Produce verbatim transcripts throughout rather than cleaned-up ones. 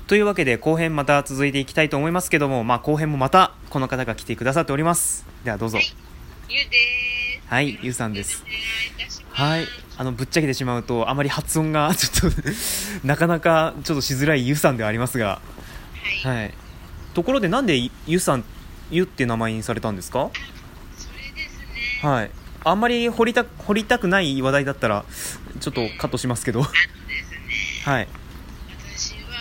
というわけで後編また続いていきたいと思いますけども、まあ、後編もまたこの方が来てくださっております。ではどうぞ。 はい、ゆうです。 はい、ゆうさんです。 お願いいたします。 はい、あのぶっちゃけてしまうとあまり発音がちょっとなかなかちょっとしづらいゆうさんではありますが、 はい、 はい、ところでなんでゆうさん、ゆって名前にされたんですか？ それですね、 はい、あんまり掘りた掘りたくない話題だったらちょっとカットしますけど、 あのですね、 はい、 私は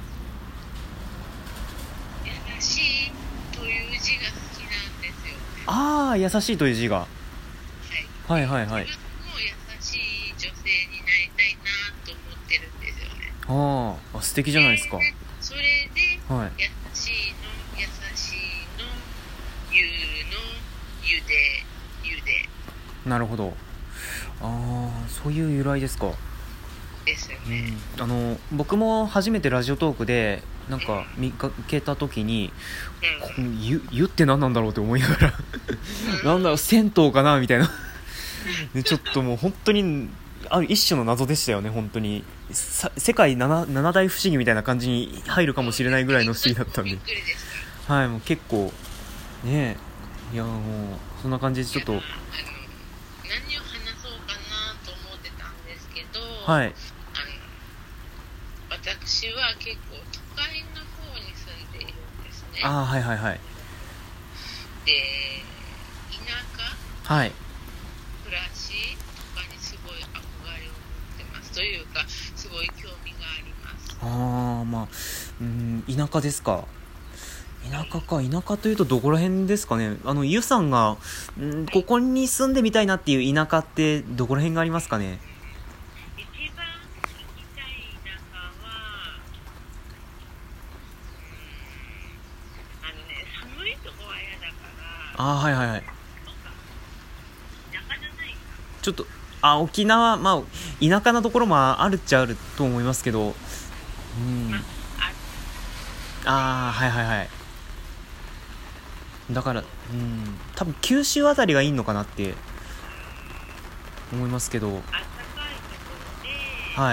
優しいという字が好きなんですよね。 ああ、優しいという字が、 はい、 はいはいはい、 自分も優しい女性になりたいなと思ってるんですよね。 ああ、素敵じゃないですか。 でそれで、 はい、 優しいの優しいのゆうのゆでゆでなるほど。ああ、そういう由来ですか。 ですよね。 うん、あの僕も初めてラジオトークでなんか見かけた時に、 うん、 湯湯って何なんだろうって思いながらうん、 なんだろう、銭湯かなみたいなでちょっともう本当にある一種の謎でしたよね。本当にさ世界 7, 7大不思議みたいな感じに入るかもしれないぐらいの不思議だったんで、 びっくりでした。 はい、もう結構ねえ、いやもうそんな感じでちょっと、 いや、あの何を話そうかなと思ってたんですけど、 はい、 あの私は結構都会の方に住んでいるんですね。 ああ、はいはいはい、 で、田舎はい、 暮らしとかにすごい憧れを持ってますというか、すごい興味があります。 ああ、まあ、うん、田舎ですか。田舎か。田舎というとどこら辺ですかね。あのゆさんがんここに住んでみたいなっていう田舎ってどこら辺がありますかね。 一番行きたい田舎は、うーんあのね、寒いとこは嫌だから、 ああ、はいはいはい、 とか田舎じゃないか。 ちょっと、あ、沖縄、まあ田舎なところもあるっちゃあると思いますけど、うん、 まあ、 ああ、はいはいはい、だから、うん、多分九州あたりがいいのかなって思いますけど、 あったかいところで、 はい、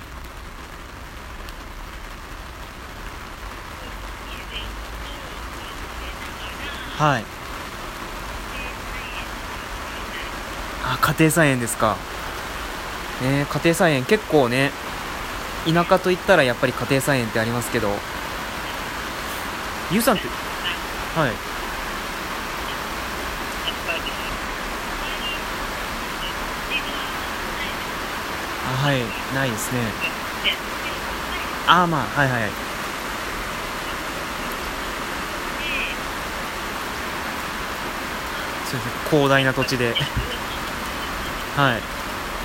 自然とはい、あ、家庭菜園ですか。ね、家庭菜園結構ね、田舎といったらやっぱり家庭菜園ってありますけど、ゆうさんって、はい、 やっぱりあ、はい、ないですね。あ、まあ、はいはいはい、そうですね、広大な土地ではい、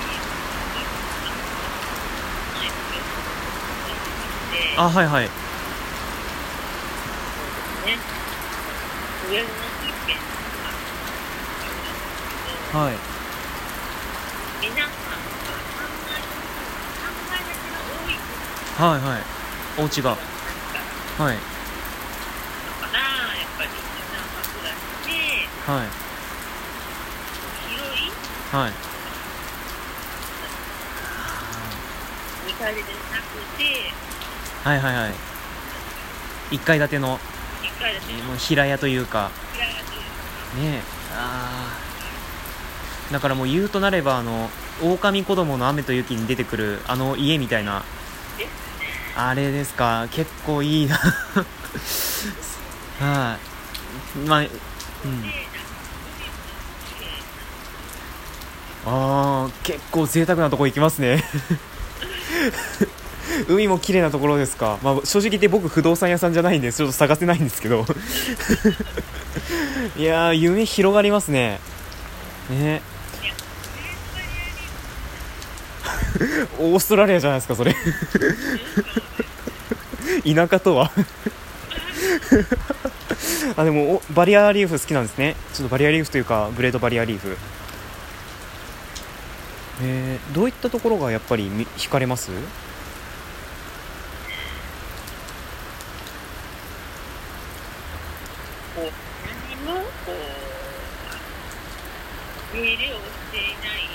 あ、はいはい、 上の意見はい、 皆さんが考え考えだけが多いことはいはい、お家が、 なんかはい、 だからやっぱり田舎暮らしではい、 広いはい、 にかいでなくてはいはいはい、一階建てのいっかいだけのもう平屋というか平屋というかねえ、ああ、だからもう言うとなればあの狼子供の雨と雪に出てくるあの家みたいな、 ですね。 あれですか。結構いいなはい、まあ、うん、 で、なんか海も綺麗ああ、結構贅沢なとこ行きますね海も綺麗なところですか。まあ、正直言って僕不動産屋さんじゃないんでちょっと探せないんですけどいやー、夢広がりますね。ね、 いや、 オーストラリアじゃないですかそれ田舎とはあ、でもバリアリーフ好きなんですね。ちょっとバリアリーフというかグレートバリアリーフ、えー、どういったところがやっぱり惹かれます？ こう何もこう手入れをしていないこ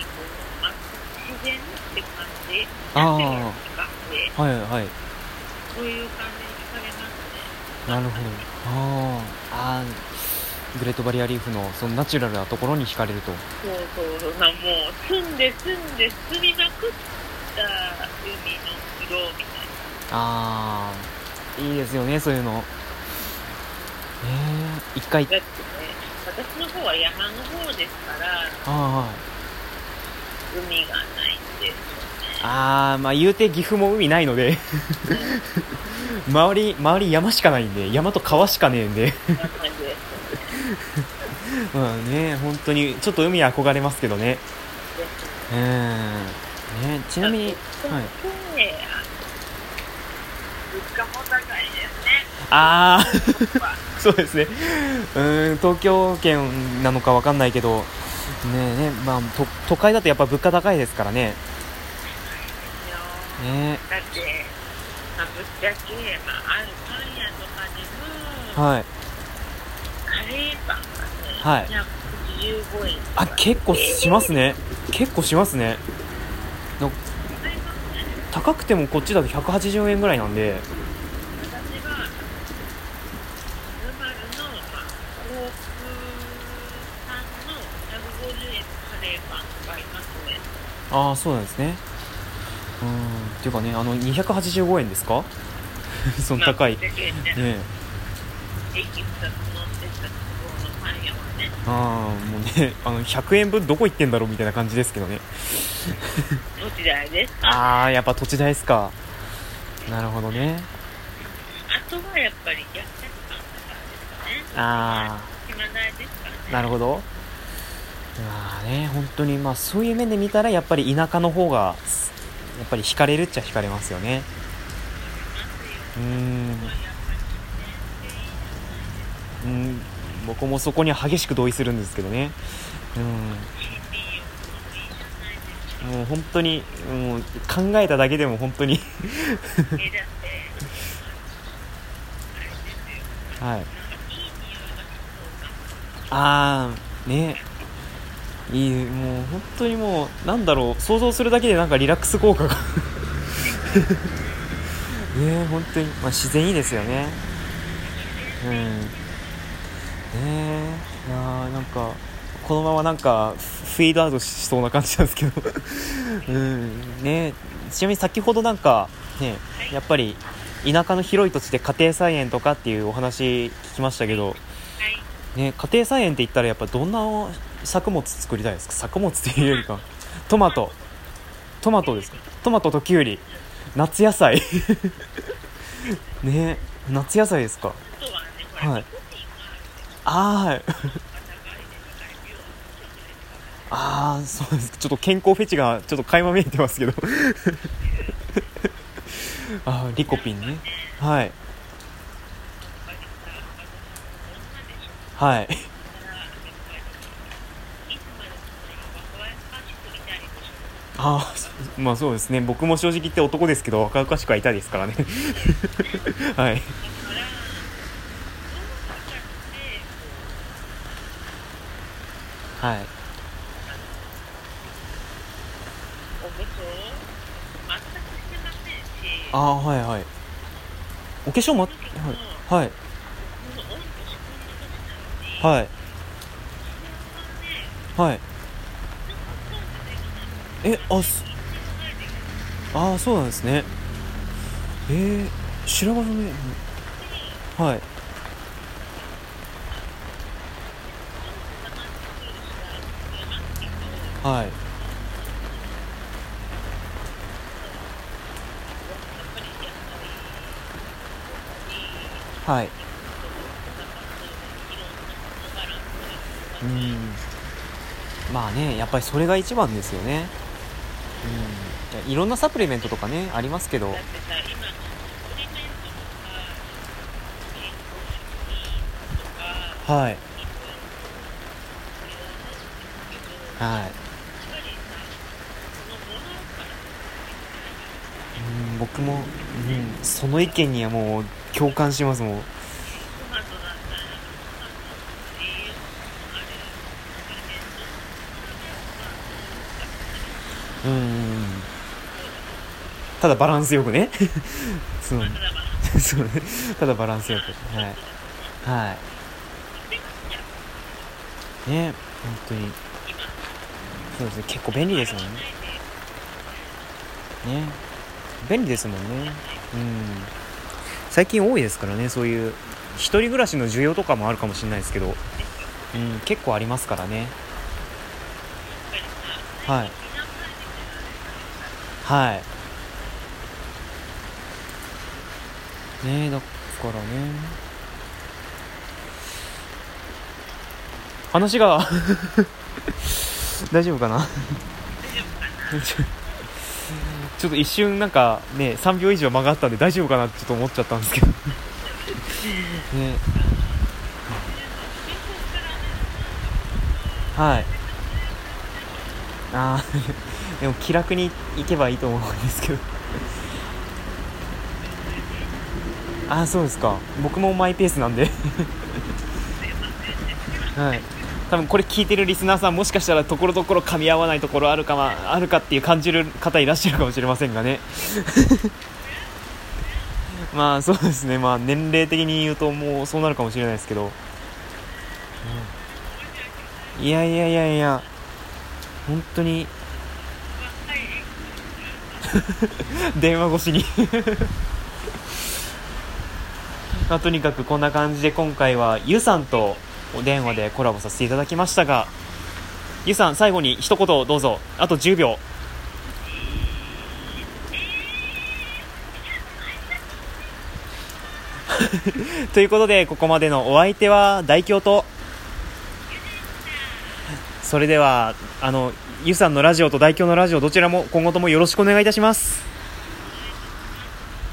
う、まあ、自然って感じ。 ああ、 なんていうのかね、 はいはい、 そういう感じに惹かれますね。 なるほど。あーあー、グレートバリアリーフのそのナチュラルなところに惹かれると。 そうそう、なもう住んで住んで住みまくった海の色みたいああ、いいですよね、そういうの。えー、一回。 な。だってね、私の方は山の方ですからあ海がないんですよね。 ああー、まあ言うて岐阜も海ないので周り周り山しかないんで、山と川しかねえんでそんな感じですよね。 まあね、本当にちょっと海憧れますけどね。 ですうんね、ちなみに、はい、 東京へ物価も高いですね。 ああ僕はそうですね。うーん、東京圏なのかわかんないけどねえね、まあ、と都会だとやっぱ物価高いですからね。ねだって、まあ、ぶっちゃけ、まあ、あるパン屋とかでも、 はいカレーパンはいがね、ひゃくはちじゅうごえんとかあ、結構しますね。結構しますね。のありますね。 高くてもこっちだとひゃくはちじゅうえんぐらいなんで。 私は、ルマルの、まあ、航空産のひゃくごじゅうえんのカレーパンとかありますね。 ああ、そうなんですね。うーん、っていうかね、あのにひゃくはちじゅうごえんですかその高い、 まあ、ぶっちゃけね、 ね。 駅ふたつ乗ってたところのパン屋はね、 ああ、もうね、あのひゃくえんぶんどこ行ってんだろうみたいな感じですけどね。 どちらですか？ ああ、やっぱ土地代っすか。なるほどね。 あとはやっぱり薬剤パンとかですかね。 あ暇代ですからね。 あ、なるほど。まあね、本当にまあそういう面で見たらやっぱり田舎の方がやっぱり惹かれるっちゃ惹かれますよね。うーん、うん、僕もそこには激しく同意するんですけどね。うん、もう本当にもう考えただけでも本当にはい。ああね、いい、もう本当にもうなんだろう、想像するだけでなんかリラックス効果がね、本当に、まあ、自然いいですよね。うん、ねえ、いやーなんかこのままなんかフェードアウトしそうな感じなんですけどうんね。ちなみに先ほどなんかね、やっぱり田舎の広い土地で家庭菜園とかっていうお話聞きましたけど、ね、家庭菜園って言ったらやっぱどんな作物作りたいですか？作物っていうよりかトマトトマトですか？トマトとキュウリ、夏野菜ね、夏野菜ですか？はい。あーはいああ、そうです。ちょっと健康フェチがちょっと垣間見えてますけどあーリコピンね。はいはい。ああ、まあそうですね。僕も正直言って男ですけど若々しくはいたですからねはいはい。 お化粧全くしてませんし、 ああ、はいはい。お化粧ま、はいはいこの温度、気温の時なのに、 はい気温がね、 はい。え、あすあー、そうなんですね。えー、白髪染め、はいはいはい。うん、まあね、やっぱりそれが一番ですよね。うん、いやいろんなサプリメントとかねありますけど。 だってさ、今、サプリメントとか、健康食品とか、 はいいろいろこれはね、けど、 はい。 やっぱりさ、そのものからうん、僕も、うん、その意見にはもう共感しますもん。 トマトだったら、トマトの栄養のあるサプリメントのものを使ったりうん、ただバランスよくねそう、 まあ、ただまあそうね、ただバランスよく、はいはいね、本当にそうですね、結構便利ですもんね。ね、便利ですもんね。うん、最近多いですからね、そういう一人暮らしの需要とかもあるかもしれないですけど、うん、結構ありますからね。はいはいね、だからね、話が大丈夫かなちょっと一瞬なんかねさんびょう以上間があったんで大丈夫かなってちょっと思っちゃったんですけどね。はいあーでも気楽に行けばいいと思うんですけどあーそうですか、僕もマイペースなんではい、多分これ聞いてるリスナーさんもしかしたらところどころ噛み合わないところあるか、まあ、あるかっていう感じる方いらっしゃるかもしれませんがねまあそうですね、まあ年齢的に言うともうそうなるかもしれないですけど、うん、いやいやいやいや本当に電話越しにまあ、とにかくこんな感じで今回はゆさんとお電話でコラボさせていただきましたが、ゆさん最後に一言どうぞ。あとじゅうびょうということでここまでのお相手は大京と、それではあのゆさんのラジオと大京のラジオどちらも今後ともよろしくお願いいたします。